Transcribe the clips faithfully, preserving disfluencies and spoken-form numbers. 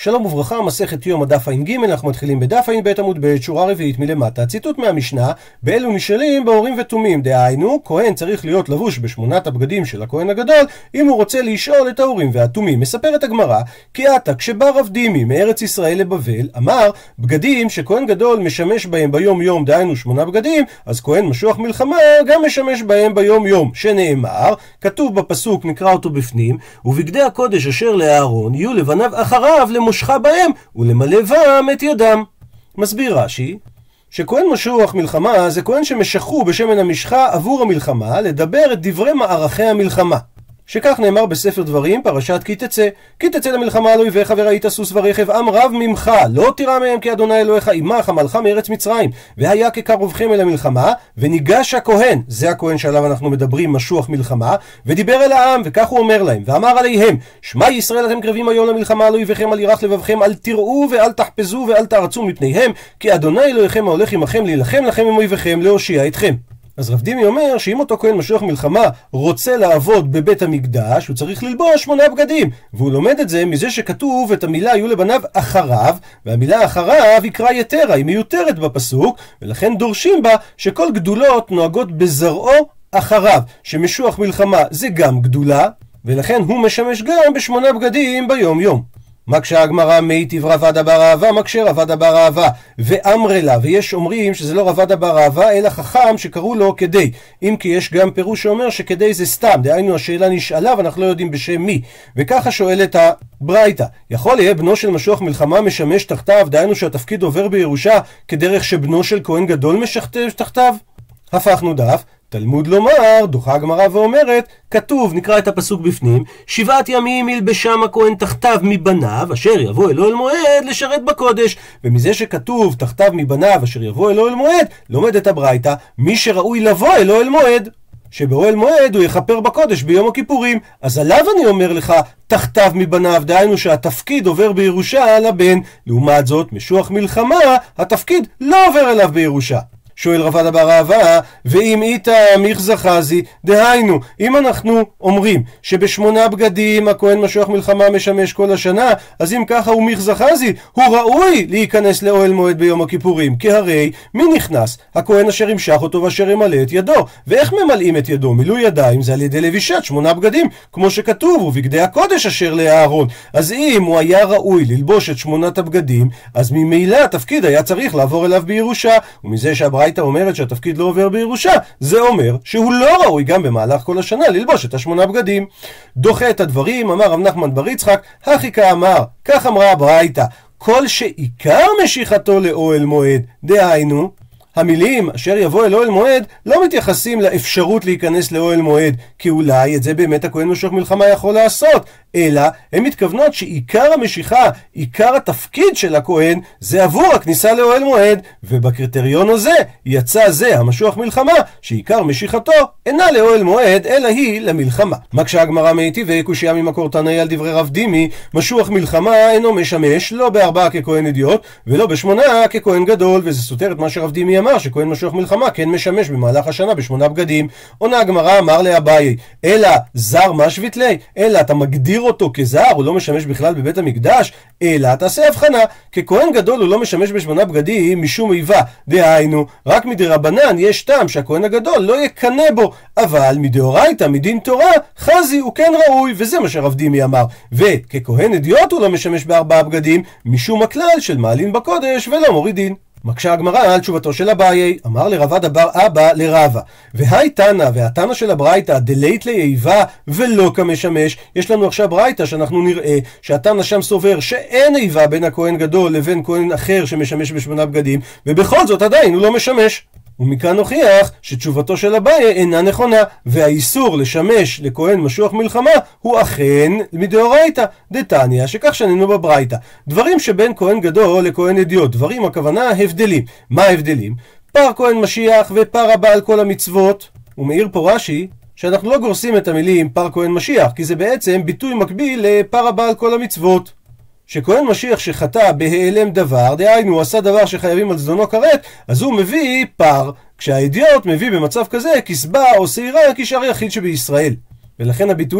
שלום וברכה, מסכת יום הדף ע"ג, אנחנו מתחילים בדף ע"ב עמוד ב', שורה רביעית מלמטה. ציטוט מהמשנה, באלו נשאלים באורים ותומים, דהיינו, כהן צריך להיות לבוש בשמונת הבגדים של הכהן הגדול, אם הוא רוצה לשאול את האורים והתומים. מספרת הגמרא, כי עתה כשבא רב דימי מארץ ישראל לבבל, אמר, בגדים שכהן גדול משמש בהם ביום יום, דהיינו שמונה בגדים, אז כהן משוח מלחמה גם משמש בהם ביום יום, שנאמר, כתוב בפסוק, נקרא אותו בפנים, ובגדי הקודש אשר לאהרון יהיו לבניו אחריו למושכה בהם ולמלא בם את ידם. מסביר רש"י שכהן משוח מלחמה זה כהן שמשחו בשמן המשחה עבור המלחמה לדבר את דברי מערכי המלחמה, שכך נאמר בספר דברים פרשת כי תצא, כי תצא למלחמה על אויביך וראית סוס ורכב עם רב ממך, לא תירא מהם כי אדוני אלוהיך עמך המלכה מארץ מצרים, והיה כקרובכם אל המלחמה, וניגש הכהן, זה הכהן שעליו אנחנו מדברים, משוח מלחמה, ודיבר אל העם, וכך הוא אומר להם, ואמר עליהם, שמע ישראל אתם קרבים היום למלחמה על אויביכם, אל ירח לבבכם, אל תראו ואל תחפזו ואל תערצו מפניהם, כי אדוני אלוהיכם ההולך עמכם להילחם לכם עם אויביכם, להושיע אתכם. אז רב דימי אומר שאם אותו כהן משוח מלחמה רוצה לעבוד בבית המקדש, הוא צריך ללבוש שמונה בגדים, והוא לומד את זה מזה שכתוב את המילה היו לבניו אחריו, והמילה אחריו יקרא יתרה, היא מיותרת בפסוק, ולכן דורשים בה שכל גדולות נוהגות בזרעו אחריו, שמשוח מלחמה זה גם גדולה, ולכן הוא משמש גם בשמונה בגדים ביום יום. מקשה הגמרא מי תברא רבא בר אהבה, מקשה רבא בר אהבה ואמרי לה, ויש אומרים שזה לא רבא בר אהבה אלא חכם שקראו לו כדי, אם כי יש גם פירוש שאומר שכדי זה סתם, דהיינו השאלה נשאלה ואנחנו לא יודעים בשם מי, וככה שואלת הברייתא, יכול יהיה בנו של משוח מלחמה משמש תחתיו, דהיינו שהתפקיד עובר בירושה כדרך שבנו של כהן גדול משכתב תחתיו? הפכנו דף, תלמוד לומר, דוחה הגמרא ואומרת, כתוב, נקרא את הפסוק בפנים, שבעת ימים ילבשם הכהן תחתיו מבניו, אשר יבוא אלו אל מועד לשרת בקודש. ומזה שכתוב תחתיו מבניו, אשר יבוא אלו אל מועד, לומד את הברייתא, מי שראוי לבוא אלו אל מועד, שבאוהל מועד הוא יכפר בקודש ביום הכיפורים. אז עליו אני אומר לך, תחתיו מבניו, דהיינו שהתפקיד עובר בירושה על הבן. לעומת זאת, משוח מלחמה, התפקיד לא עובר אליו בירושה. שואל רבא בר אהבה, ואם איתה מיחזא חזי, דהיינו, אם אנחנו אומרים שבשמונה בגדים הכהן משוח מלחמה משמש כל השנה, אז אם ככה הוא מיחזא חזי, הוא ראוי להיכנס לאוהל מועד ביום הכיפורים, כי הרי מי נכנס? הכהן אשר ימשך אותו ואשר ימלא את ידו. ואיך ממלאים את ידו? מילוי ידיים זה על ידי לבישת שמונה בגדים, כמו שכתוב, ובגדי הקודש אשר לאהרון. אז אם הוא היה ראוי ללבוש את שמונת הבגדים, אז ממילא התפקיד היה צריך לעבור אליו בירושה, ומזה שהברייתא הייתה אומרת שהתפקיד לא עובר בירושה, זה אומר שהוא לא ראוי גם במהלך כל השנה ללבוש את השמונה בגדים. דוחה את הדברים, אמר רב נחמן בר יצחק, הכי כאמר, כך אמרה הברייתא, כל שעיקר משיכתו לאוהל מועד, דהיינו, המילים אשר יבוא אל אוהל מועד לא מתייחסים לאפשרות להיכנס לאוהל מועד, כי אולי את זה באמת הכהן משוח מלחמה יכול לעשות, אלא הם מתכוונות שעיקר המשיכה, עיקר התפקיד של הכהן, זה עבור הכניסה לאוהל מועד, ובקריטריון הזה יצא זה המשוח מלחמה, שעיקר משיכתו אינה לאוהל מועד, אלא היא למלחמה. מקשה הגמרא מאיתי וקושיה ממקור תנאי על דברי רב דימי, משוח מלחמה אינו משמש לא בארבעה ככהן אדיוט, ולא בשמונה ככהן גדול, וזה סותר את מה שרב דימי אמר, שכהן משוח מלחמה כן משמש במהלך השנה בשמונה בגדים. עונה הגמרא, אמר לאביי, אלא זר משווית לי, אלא אתה מגדיר אותו כזר, הוא לא משמש בכלל בבית המקדש, אלא תעשה הבחנה, ככהן גדול הוא לא משמש בשמונה בגדים משום איבה, דהיינו, רק מדרבנן יש טעם שהכהן הגדול לא יקנה בו, אבל מדאורייתא, מדין תורה, חזי הוא כן ראוי, וזה מה שרב דימי אמר. וככהן אדיוט הוא לא משמש בארבעה בגדים משום הכלל של מעלין בקודש ולא מורידין. מקשה הגמרא על תשובתו של אביי, אמר לרבא דבר אבא לרבא, והי תנא, והתנא של הברייתא דלית לאיבה ולא כמשמש. יש לנו עכשיו ברייתא שאנחנו נראה שהתנא שם סובר שאין איבה בין הכהן גדול לבין כהן אחר שמשמש בשמונה בגדים, ובכל זאת עדיין הוא לא משמש. ומכאן נוכיח שתשובתו של אביי אינה נכונה, והאיסור לשמש לכהן משוח מלחמה הוא אכן מדאורייתא דתניא, שכך שנינו בברייתא. דברים שבין כהן גדול לכהן אדיוט, דברים הכוונה הבדלים. מה ההבדלים? פר כהן משיח ופר הבעל כל המצוות. ומעיר פה רש"י שאנחנו לא גורסים את המילים פר כהן משיח, כי זה בעצם ביטוי מקביל לפר הבעל כל המצוות. שכהן משיח שחטא בהיעלם דבר, דהיינו הוא עשה דבר שחייבים על זדונו כרת, אז הוא מביא פר, כשהאדיוט מביא במצב כזה כסבה או שעירה כשאר יחיד שבישראל. ולכן הביטויים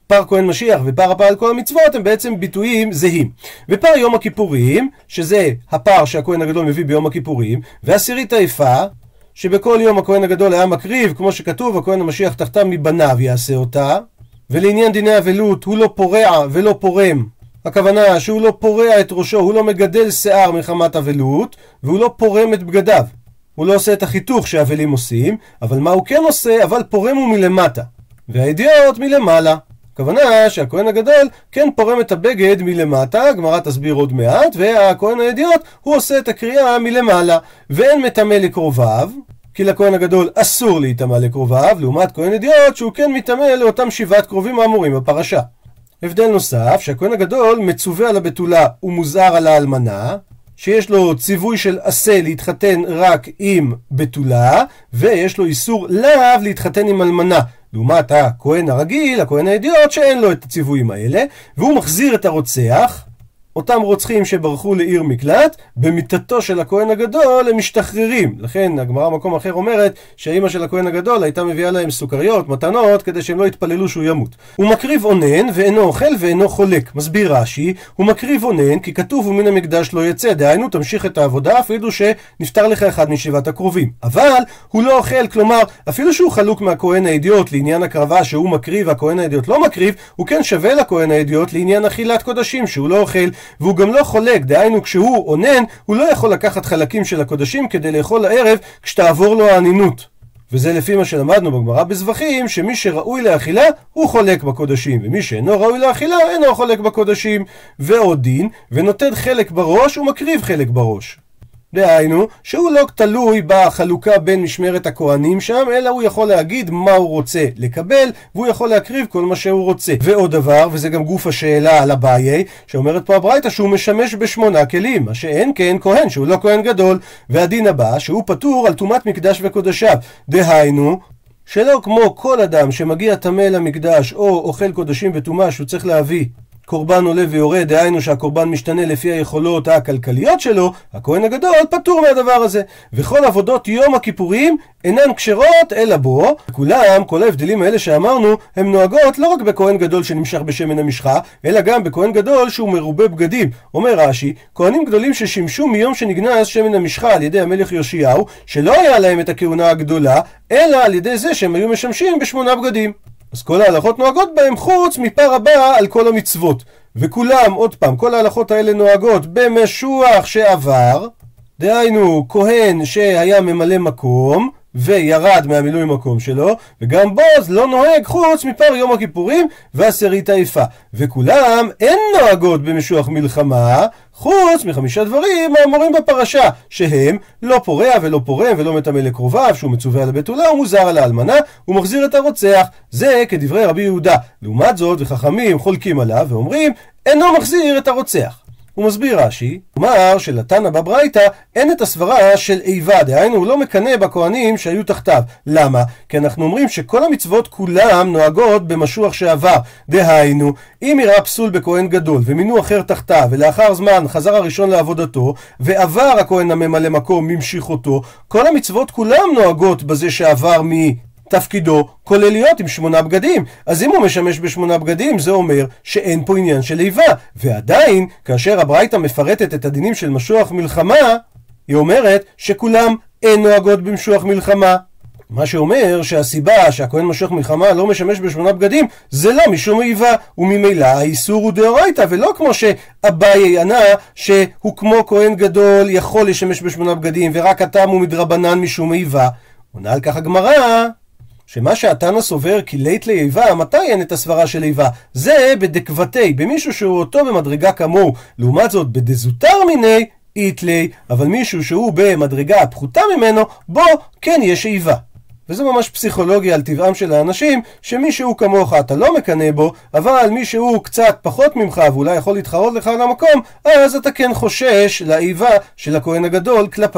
פר כהן משיח ופר הפר על כל המצוות הם בעצם ביטויים זהים. ופר יום הכיפורים, שזה הפר שהכהן הגדול מביא ביום הכיפורים, ועשירית היפה, שבכל יום הכהן הגדול היה מקריב, כמו שכתוב, הכהן המשיח תחתם מבניו יעשה אותה. ולעניין דיני אבלות, הוא לא פורע ולא פורם. הכוונה שהוא לא פורע את ראשו, הוא לא מגדל שיער מחמת אבלות, והוא לא פורם את בגדיו. הוא לא עושה את החיתוך שהאבלים עושים, אבל מה הוא כן עושה? אבל פורם הוא מלמטה, והידיעות מלמעלה. הכוונה שהכהן הגדול כן פורם את הבגד מלמטה, הגמרא תסביר עוד מעט, והכהן הידיעות הוא עושה את הקריאה מלמעלה, ואין מטמא לקרוביו, כי לכהן הגדול אסור להיטמא לקרוביו, לעומת כהן ידיעות שהוא כן מטמא לאותם שבעת קרובים האמורים בפרשה. הבדל נוסף, שהכהן הגדול מצווה על הבתולה ומוזהר על האלמנה, שיש לו ציווי של עשה להתחתן רק עם בתולה, ויש לו איסור לאו להתחתן עם אלמנה, לעומת הכהן הרגיל, הכהן הידיעות, שאין לו את הציוויים האלה, והוא מחזיר את הרוצח, אותם רוצחים שברחו לעיר מקלט, במיטתו של הכהן הגדול הם משתחררים. לכן הגמרא במקום אחר אומרת שהאמא של הכהן הגדול הייתה מביאה להם סוכריות, מתנות, כדי שהם לא יתפללו שהוא ימות. הוא מקריב אונן ואינו אוכל ואינו חולק. מסביר רש"י, הוא מקריב אונן כי כתוב ומן המקדש לא יצא, דהיינו תמשיך את העבודה אפילו שנפטר לך אחד משבעת הקרובים. אבל הוא לא אוכל, כלומר אפילו שהוא חלוק מהכהן הידיעות לעניין הקרבה שהוא מקריב והכהן הידיעות לא מקריב, הוא כן שווה לכהן הידיעות לעניין אכילת קודשים שהוא לא אוכל, והוא גם לא חולק, דהיינו כשהוא אונן, הוא לא יכול לקחת חלקים של הקודשים כדי לאכול לערב כשתעבור לו הענינות. וזה לפי מה שלמדנו בגמרא בזבחים, שמי שראוי לאכילה הוא חולק בקודשים, ומי שאינו ראוי לאכילה אינו חולק בקודשים. ועוד דין, ונותן חלק בראש ומקריב חלק בראש. דהיינו, שהוא לא תלוי בחלוקה בין משמרת הכהנים שם, אלא הוא יכול להגיד מה הוא רוצה לקבל, והוא יכול להקריב כל מה שהוא רוצה. ועוד דבר, וזה גם גוף השאלה על אביי, שאומרת פה הברייתא שהוא משמש בשמונה כלים, מה שאין כן כהן, שהוא לא כהן גדול. והדין הבא, שהוא פטור על טומאת מקדש וקודשיו. דהיינו, שלא כמו כל אדם שמגיע טמא למקדש או אוכל קודשים וטומאה שהוא צריך להביא קורבן עולה ויורד, דהיינו שהקורבן משתנה לפי היכולות הכלכליות שלו, הכהן הגדול פטור מהדבר הזה. וכל עבודות יום הכיפורים אינן כשרות אלא בו. כולם, כל ההבדלים האלה שאמרנו, הם נוהגות לא רק בכהן גדול שנמשך בשמן המשחה, אלא גם בכהן גדול שהוא מרובה בגדים. אומר רש"י, כהנים גדולים ששימשו מיום שנגנז שמן המשחה על ידי המלך יאשיהו, שלא היה להם את הכהונה הגדולה, אלא על ידי זה שהם היו משמשים בשמונה בגדים. אז כל ההלכות נוהגות בהם חוץ מפר הבא על כל המצוות. וכולם, עוד פעם, כל ההלכות האלה נוהגות במשוח שעבר, דהיינו כהן שהיה ממלא מקום וירד מהמילוי מקום שלו, וגם בוז לא נוהג חוץ מפר יום הכיפורים ועשירית היפה. וכולם אין נוהגות במשוח מלחמה חוץ מחמישה דברים האמורים בפרשה, שהם לא פורע ולא פורם ולא מטמא לקרוביו, שהוא מצווה על הבתולה ומוזר על האלמנה, הוא מחזיר את הרוצח. זה כדברי רבי יהודה. לעומת זאת, וחכמים חולקים עליו ואומרים אינו מחזיר את הרוצח. הוא מסביר רש"י, אומר שלתנא בברייתא אין את הסברה של איבה, דהיינו הוא לא מקנא בכהנים שהיו תחתיו. למה? כי אנחנו אומרים שכל המצוות כולם נוהגות במשוח שעבר. דהיינו, אם יראה פסול בכהן גדול ומינו אחר תחתיו, ולאחר זמן חזר הראשון לעבודתו ועבר הכהן הממלא מקום ממשיך אותו, כל המצוות כולם נוהגות בזה שעבר מ... תפקידו כולל להיות עם שמונה בגדים. אז אם הוא משמש בשמונה בגדים, זה אומר שאין פה עניין של איבה. ועדיין, כאשר הברייתא מפרטת את הדינים של משוח מלחמה, היא אומרת שכולם אין נוהגות במשוח מלחמה. מה שאומר שהסיבה שהכהן משוח מלחמה לא משמש בשמונה בגדים, זה לא משום איבה, וממילא האיסור הוא דאורייתא, ולא כמו שאביי ענה שהוא כמו כהן גדול יכול לשמש בשמונה בגדים, ורק הטעם הוא מדרבנן משום איבה. עונה על כך הגמרא, שמה שהתנא סובר כי לית לאיבה, מתי אין את הסברה של איבה? זה בדקבתי, במישהו שהוא אותו במדרגה כמוהו. לעומת זאת, בדזוטר מיני, איתלי, אבל מישהו שהוא במדרגה פחותה ממנו, בו כן יש איבה. וזה ממש פסיכולוגיה על טבעם של האנשים, שמישהו כמוך אתה לא מקנא בו, אבל מישהו קצת פחות ממך ואולי יכול להתחרות לך על המקום, אז אתה כן חושש לאיבה של הכהן הגדול כלפיו.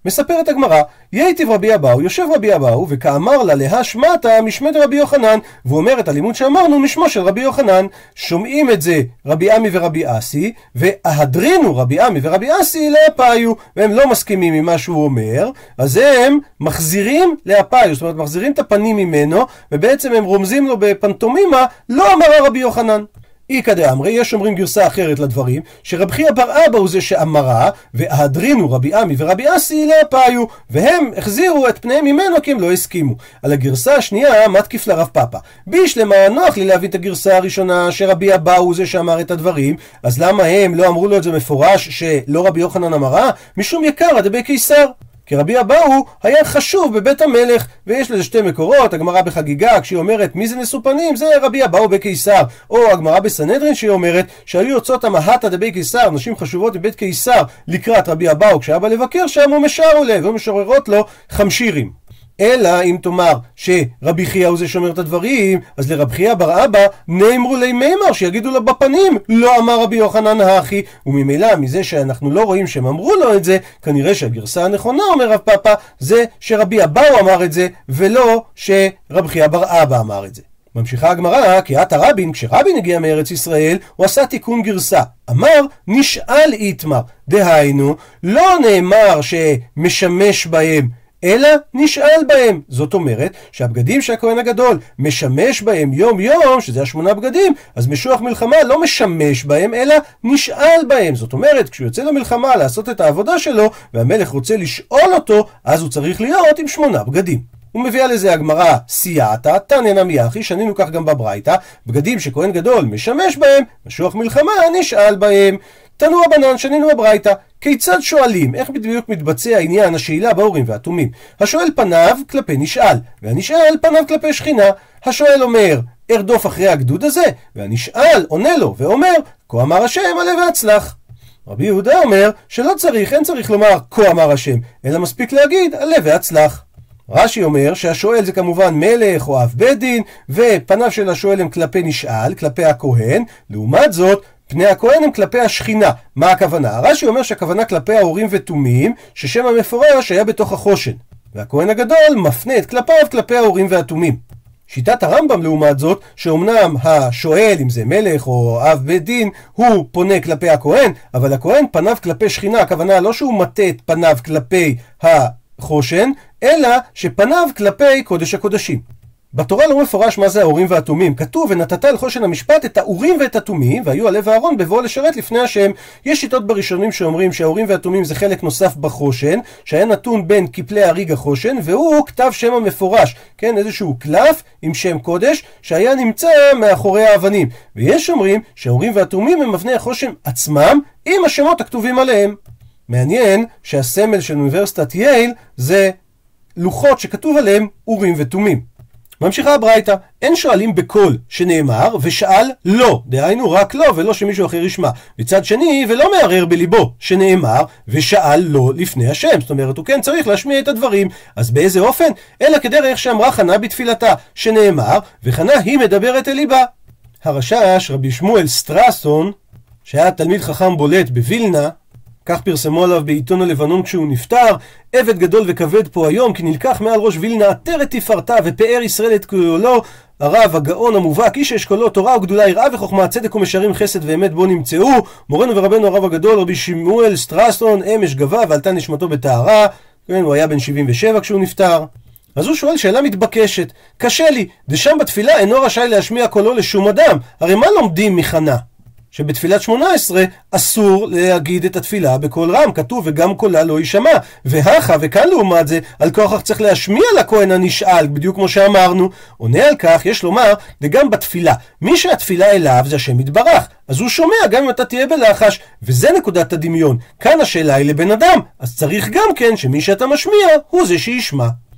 מספרת הגמרא, יייטיב רבי אבאו, יושב רבי אבאו, וכאמר לה להשמעתה משמד רבי יוחנן, והוא אומר את הלימוד שאמרנו משמו של רבי יוחנן. שומעים את זה רבי עמי ורבי אסי, וההדרינו רבי עמי ורבי אסי לאפיו, והם לא מסכימים עם מה שהוא אומר, אז הם מחזירים לאפיו, זאת אומרת מחזירים את הפנים ממנו, ובעצם הם רומזים לו בפנטומימה, לא אמרה רבי יוחנן. איקא דאמרי, יש אומרים גרסה אחרת לדברים, שרב חייא בר אבא הוא זה שאמרה, וההדרינו רבי עמי ורבי אסי לאפיו, והם החזירו את פניהם ממנו כי הם לא הסכימו. על הגרסה השנייה מתקיף לרב פאפא. בישלמה נוח לי להביא את הגרסה הראשונה שרבי אבא הוא זה שאמר את הדברים, אז למה הם לא אמרו לו את זה מפורש שלא רבי יוחנן אמרה? משום יקרא דבי קיסר. כי רבי אבאו היה חשוב בבית המלך, ויש לזה שתי מקורות, הגמרא בחגיגה כשהיא אומרת מי זה נשוא פנים, זה רבי אבאו בקיסר, או הגמרא בסנהדרין שהיא אומרת שהיו יוצאות המהתא דבי קיסר, נשים חשובות בבית קיסר לקראת רבי אבאו, כשהיה בא לבקר שם הוא משרו לב, ומשוררות לו חמשירים. אלא אם תאמר שרבי חייא הוא זה שאומר את הדברים, אז לרבי חייא בר אבא נאמרו לי מימר, שיגידו לו בפנים לא אמר רבי יוחנן האחי, וממילא מזה שאנחנו לא רואים שהם אמרו לו את זה, כנראה שהגרסה הנכונה אומר רב פאפא זה שרבי אבאו אמר את זה, ולא שרבי חייא בר אבא אמר את זה. ממשיכה הגמרא, כי עתה רבין, כשרבין הגיע מארץ ישראל, הוא עשה תיקון גרסה. אמר, נשאל איתמר, דהיינו, לא נאמר שמשמש בהם, אלא נשאל בהם. זאת אומרת שהבגדים שהכהן הגדול משמש בהם יום יום, שזה השמונה בגדים, אז משוח מלחמה לא משמש בהם, אלא נשאל בהם. זאת אומרת, כשהוא יוצא למלחמה לעשות את העבודה שלו, והמלך רוצה לשאול אותו, אז הוא צריך להיות עם שמונה בגדים. הוא מביא על איזה הגמרא סייעתא, תניא נמי אחי, שנינו כך גם בברייתא, בגדים שכהן גדול משמש בהם, משוח מלחמה נשאל בהם. תנו רבנן, שנינו בברייתא, כיצד שואלים? איך בדיוק מתבצע עניין השאלה באורים והתומים? השואל פניו כלפי נשאל, והנשאל פניו כלפי שכינה. השואל אומר, ארדוף אחרי הגדוד הזה, והנשאל עונה לו ואומר, כה אמר השם עלה והצלח. רבי יהודה אומר שלא צריך, אין צריך לומר כה אמר השם, אלא מספיק להגיד עלה והצלח. רש"י אומר שהשואל זה כמובן מלך או אב בית דין, ופניו של השואל הם כלפי נשאל, כלפי הכהן. לעומת זאת, פני הכהן הם כלפי השכינה. מה הכוונה? רש"י אומר שהכוונה כלפי האורים ותומים, ששם המפורש היה בתוך החושן, והכהן הגדול מפנה את כלפיו כלפי האורים והתומים. שיטת הרמב"ם לעומת זאת, שאומנם השואל, אם זה מלך או אב בית דין, הוא פונה כלפי הכהן, אבל הכהן פניו כלפי שכינה. הכוונה לא שהוא מטה את פניו כלפי החושן, אלא שפניו כלפי קודש הקודשים. בתורה לא מפורש מה זה האורים והתומים. כתוב ונתת אל חושן המשפט את האורים ואת התומים, והיו עלה ואהרון בבואו לשרת לפני השם. יש שיטות בראשונים שאומרים שהאורים והתומים זה חלק נוסף בחושן, שהיה נתון בין כפלי הריג החושן, והוא כתב שם המפורש, כן, איזשהו קלף עם שם קודש שהיה נמצא מאחורי האבנים. ויש אומרים שהאורים והתומים הם אבני החושן עצמם עם השמות הכתובים עליהם. מעניין שהסמל של אוניברסיטת יייל זה לוחות שכתוב עליהם אורים ותומים. ממשיכה הברייתא, אין שואלים בקול שנאמר ושאל לא, דהיינו רק לא ולא שמישהו אחר ישמע. מצד שני, ולא מערער בליבו שנאמר ושאל לא לפני השם, זאת אומרת הוא כן צריך להשמיע את הדברים. אז באיזה אופן? אלא כדרך שאמרה חנה בתפילתה, שנאמר וחנה היא מדברת אל ליבה. הרש"ש רבי שמואל סטרסון, שהיה תלמיד חכם בולט בווילנה, כך פרסמו עליו בעיתון הלבנון כשהוא נפטר, עבד גדול וכבד פה היום, כי נלקח מעל ראש וילנה עטרת תפארתה ופאר ישראל את כולו. הרב הגאון המובהק, איש אשכולו תורה וגדולה יראה וחוכמה צדק ומשרים חסד ואמת בו נמצאו. מורנו ורבנו הרב הגדול רבי שמואל סטרסון אמש גבה ועלתה נשמתו בטהרה. כן, הוא היה בן שבעים ושבע כשהוא נפטר. אז הוא שואל שאלה מתבקשת, קשה לי, דשם בתפילה אינו רשאי להשמיע קולו לשום אדם. הרי מה לומדים מחנה? שבתפילת שמונה עשרה אסור להגיד את התפילה בקול רם, כתוב וגם קולה לא יישמע. והכה, וכאן לעומת זה, על כוח צריך להשמיע לכהן הנשאל, בדיוק כמו שאמרנו. עונה על כך, יש לומר, וגם בתפילה, מי שהתפילה אליו זה השם יתברך, אז הוא שומע גם אם אתה תהיה בלחש, וזה נקודת הדמיון. כאן השאלה היא לבן אדם, אז צריך גם כן שמי שאתה משמיע הוא זה שישמע.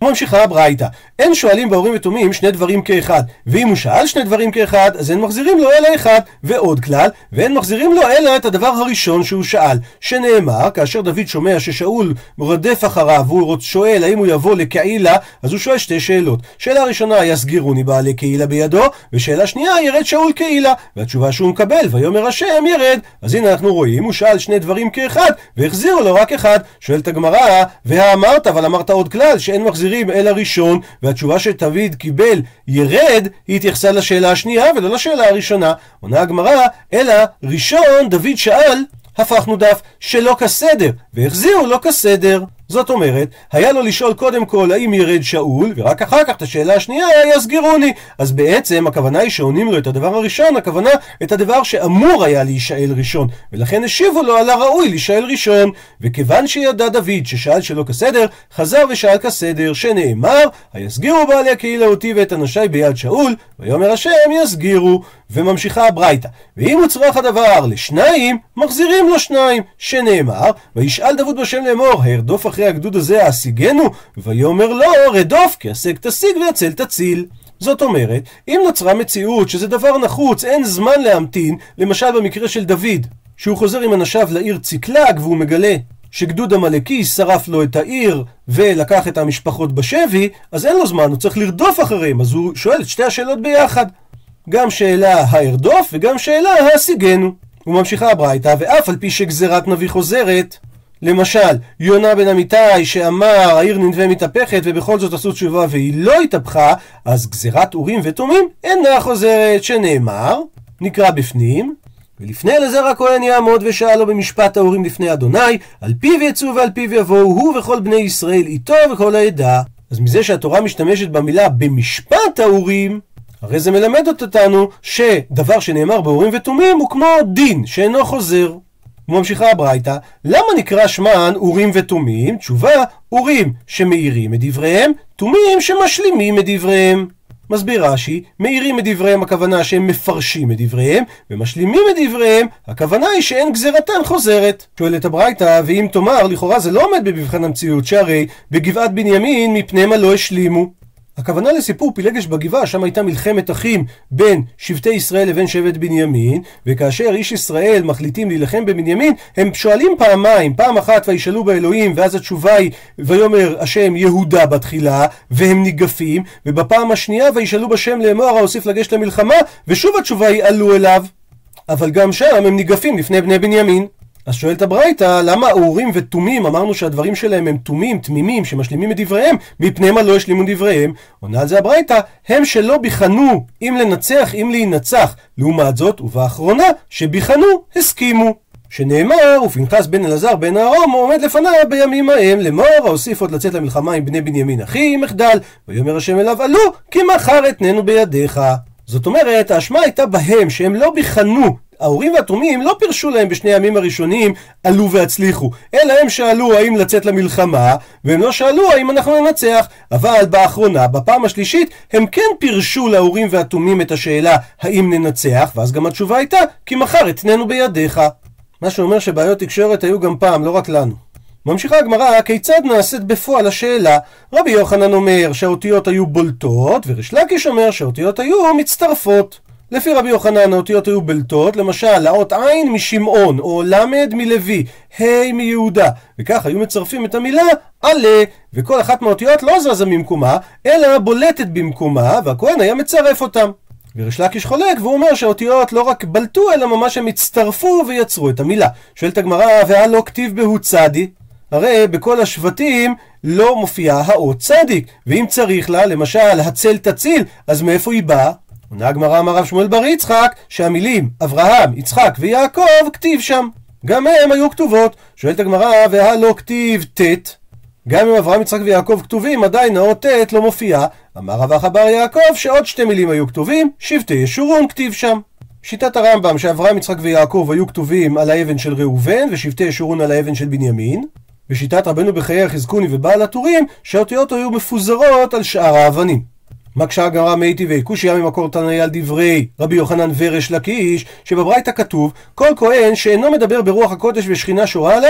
ממשיכה הברייתא, אין שואלים בהורים ותומים שני דברים כאחד, ואם הוא שאל שני דברים כאחד, אז אין מחזירים לו אלא אחד, ועוד כלל, ואין מחזירים לו אלא את הדבר הראשון שהוא שאל, שנאמר, כאשר דוד שומע ששאול רודף אחריו, והוא שואל האם הוא יבוא לקהילה, אז הוא שואל שתי שאלות. שאלה ראשונה, יסגירוני בעלי קהילה בידו, ושאלה שנייה, ירד שאול קהילה, והתשובה שהוא מקבל, ויאמר השם ירד. אז הנה אנחנו רואים, הוא שאל שני דברים כאחד, והחזירו לו רק אחד. שואלת הגמרא, והאמרת, אבל אמרת עוד כלל, שאין מחזירים אלא ראשון, והתשובה שדוד קיבל ירד, היא התייחסה לשאלה השנייה ולא לשאלה הראשונה. עונה הגמרא, אלא ראשון דוד שאל, הפכנו דף שלא כסדר, והחזירו לא כסדר. זאת אומרת, היה לו לשאול קודם כל האם ירד שאול, ורק אחר כך את השאלה השנייה יסגירוני. אז בעצם הכוונה היא שעונים לו את הדבר הראשון, הכוונה את הדבר שאמור היה להישאל ראשון, ולכן השיבו לו על הראוי להישאל ראשון. וכיוון שידע דוד ששאל שלא כסדר, חזר ושאל כסדר, שנאמר, היסגירו בעלי הקהילה אותי ואת אנשי ביד שאול, ויאמר השם יסגירו. וממשיכה הברייתא, ואם הוצרך הדבר לשניים, מחזירים לו שניים, שנאמר, וישאל דוד בשם לאמור, הרדוף אחרי הגדוד הזה השיגנו, ויאמר לו, רדוף, כי השג תשיג והצל תציל. זאת אומרת, אם נוצרה מציאות שזה דבר נחוץ, אין זמן להמתין, למשל במקרה של דוד, שהוא חוזר עם אנשיו לעיר ציקלג, והוא מגלה שגדוד המלאקי שרף לו את העיר ולקח את המשפחות בשבי, אז אין לו זמן, הוא צריך לרדוף אחריהם, אז הוא שואל את שתי השאלות ביחד. גם שאלה הארדוף וגם שאלה השיגנו. הוא ממשיכה הברייתא, ואף על פי שגזירת נביא חוזרת, למשל יונה בן אמיתי שאמר העיר ננבה מתהפכת ובכל זאת עשו תשובה והיא לא התהפכה, אז גזירת אורים ותומים אינה חוזרת, שנאמר, נקרא בפנים, ולפני אלעזר הכהן יעמוד ושאל לו במשפט האורים לפני אדוני, על פיו יצאו ועל פיו יבואו הוא וכל בני ישראל איתו וכל העדה. אז מזה שהתורה משתמשת במילה במשפט האורים, הרי זה מלמד אותנו שדבר שנאמר באורים ותומים הוא כמו דין שאינו חוזר. וממשיכה הברייתא, למה נקרא שמן אורים ותומים? תשובה, אורים שמאירים את דבריהם, תומים שמשלימים את דבריהם. מסביר רש"י, מאירים את דבריהם הכוונה שהם מפרשים את דבריהם, ומשלימים את דבריהם הכוונה היא שאין גזירתן חוזרת. שואלת הברייתא, ואם תאמר, לכאורה זה לא עומד במבחן המציאות, שהרי בגבעת בנימין מפני מה לא השלימו. הכוונה לסיפור פילגש בגבעה, שם הייתה מלחמת אחים בין שבטי ישראל לבין שבט בנימין, וכאשר איש ישראל מחליטים להילחם בבנימין, הם שואלים פעמיים, פעם אחת וישאלו באלוהים, ואז התשובה היא ויאמר השם יהודה בתחילה, והם ניגפים, ובפעם השנייה וישאלו בשם לאמור ההוסיף לגשת למלחמה, ושוב התשובה היא עלו אליו, אבל גם שם הם ניגפים לפני בני בנימין. אז שואלת הברייתא, למה אורים ותומים, אמרנו שהדברים שלהם הם תומים, תמימים, שמשלימים את דבריהם, מפני מה לא השלימו דבריהם? עונה על זה הברייתא, הם שלא ביחנו אם לנצח, אם להינצח. לעומת זאת, ובאחרונה, שביחנו, הסכימו. שנאמר, ופנחס בן אלעזר בן אהרון עומד לפניו בימים ההם, לאמור ההוסיף עוד לצאת למלחמה עם בני בנימין אחי מחדל, ויאמר השם אליו עלו, כי מחר אתננו בידיך. זאת אומרת, האשמה הייתה בהם שהם לא ביחנו, ההורים והתומים לא פירשו להם בשני הימים הראשונים עלו והצליחו, אלא הם שאלו האם לצאת למלחמה, והם לא שאלו האם אנחנו ננצח. אבל באחרונה, בפעם השלישית, הם כן פירשו להורים והתומים את השאלה האם ננצח, ואז גם התשובה הייתה כי מחר אתננו בידיך. מה שאומר שבעיות תקשורת היו גם פעם, לא רק לנו. ממשיכה הגמרא, כיצד נעשית בפועל השאלה? רבי יוחנן אומר שהאותיות היו בולטות, וריש לקיש אומר שהאותיות היו מצטרפות. לפי רבי יוחנן האותיות היו בלטות, למשל האות עין משמעון, או למד מלוי, ה' מיהודה, וכך היו מצרפים את המילה עלה, וכל אחת מהאותיות לא זזה ממקומה, אלא בולטת במקומה, והכהן היה מצרף אותם. וריש לקיש חולק, והוא אומר שהאותיות לא רק בלטו, אלא ממש הם הצטרפו ויצרו את המילה. שואלת הגמרא, והלא כתיב בהו צדי? הרי בכל השבטים לא מופיעה האות צדיק, ואם צריך לה, למשל הצל תציל, אז מאיפה היא באה? עונה הגמרא, אמר רב שמואל בר יצחק שהמילים אברהם, יצחק ויעקב כתיב שם, גם הם היו כתובות. שואלת הגמרא, והלא כתיב תת? גם אם אברהם, יצחק ויעקב כתובים, עדיין האות תת לא מופיעה. אמר רב אחא בר יעקב שעוד שתי מילים היו כתובים, שבטי ישורון כתיב שם. שיטת הרמב"ם שאברהם, יצחק ויעקב היו כתובים על האבן של ראובן, ושבטי ישורון על האבן של בנימין. ושיטת רבנו בחיי חזקוני ובעל הטורים שהאותיות היו מפוזרות על שאר האבנים. מקשה הגמרא מייטי ויקושיה ממקור תנאי על דברי רבי יוחנן וריש לקיש, שבברייתא כתוב כל כהן שאינו מדבר ברוח הקודש ושכינה שורה עליו,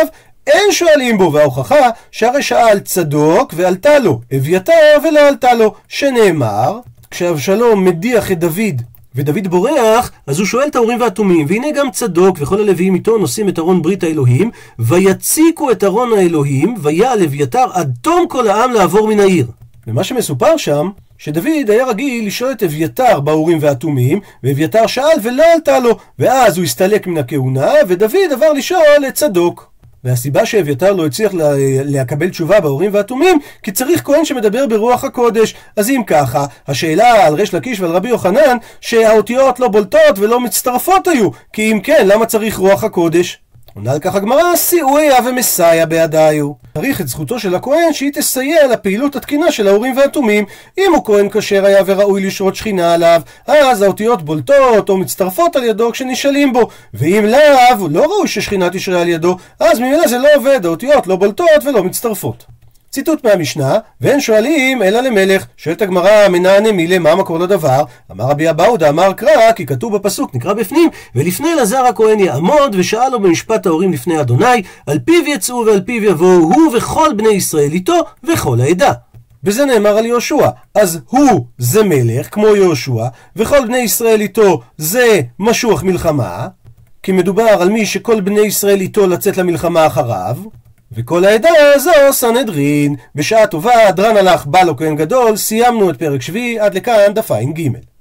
אין שואלים בו, וההוכחה שהרי שאל צדוק ועלתה לו אביתר ולא עלתה לו, שנאמר כשאבשלום מדיח את דוד ודוד בורח, אז הוא שואל את ההורים והתומים, והנה גם צדוק וכל הלוויים איתו נושאים את ארון ברית האלוהים, ויציקו את ארון האלוהים, ויעל אביתר עד תום כל העם לעבור מן העיר. ומה שמסופר שם, שדוד היה רגיל לשאול את אביתר בהורים והתומים, ואביתר שאל ולא עלתה לו, ואז הוא הסתלק מן הכהונה, ודוד עבר לשאול את צדוק. והסיבה שאביתר לא הצליח לקבל תשובה בהורים והתומים, כי צריך כהן שמדבר ברוח הקודש. אז אם ככה, השאלה על ריש לקיש ועל רבי יוחנן, שהאותיות לא בולטות ולא מצטרפות היו, כי אם כן, למה צריך רוח הקודש? עונה על כך הגמרא, סיועיה ומסייע בידיו. צריך את זכותו של הכהן שהיא תסייע לפעילות התקינה של ההורים והתומים. אם הוא כהן כשר היה וראוי לשרות שכינה עליו, אז האותיות בולטות או מצטרפות על ידו כשנשאלים בו, ואם לאו, לא ראוי ששכינה תשרה על ידו, אז ממילא זה לא עובד, האותיות לא בולטות ולא מצטרפות. ציטוט מהמשנה, ואין שואלים אלא למלך. שואלת הגמרא, מנענה מילה, מה מקור לדבר? אמר רבי אבאודה, אמר קרא, כי כתוב בפסוק, נקרא בפנים, ולפני אלעזר הכהן יעמוד, ושאל לו במשפט ההורים לפני אדוני, על פיו יצאו ועל פיו יבואו, הוא וכל בני ישראל איתו, וכל העדה. וזה נאמר על יהושע. אז הוא זה מלך, כמו יהושע, וכל בני ישראל איתו זה משוח מלחמה, כי מדובר על מי שכל בני ישראל איתו לצאת למלחמה אחריו, וכל העדה זו סנהדרין. בשעה טובה, דרן הלך בא לו כהן גדול. סיימנו את פרק שביעי, עד לכאן דף ע"ג.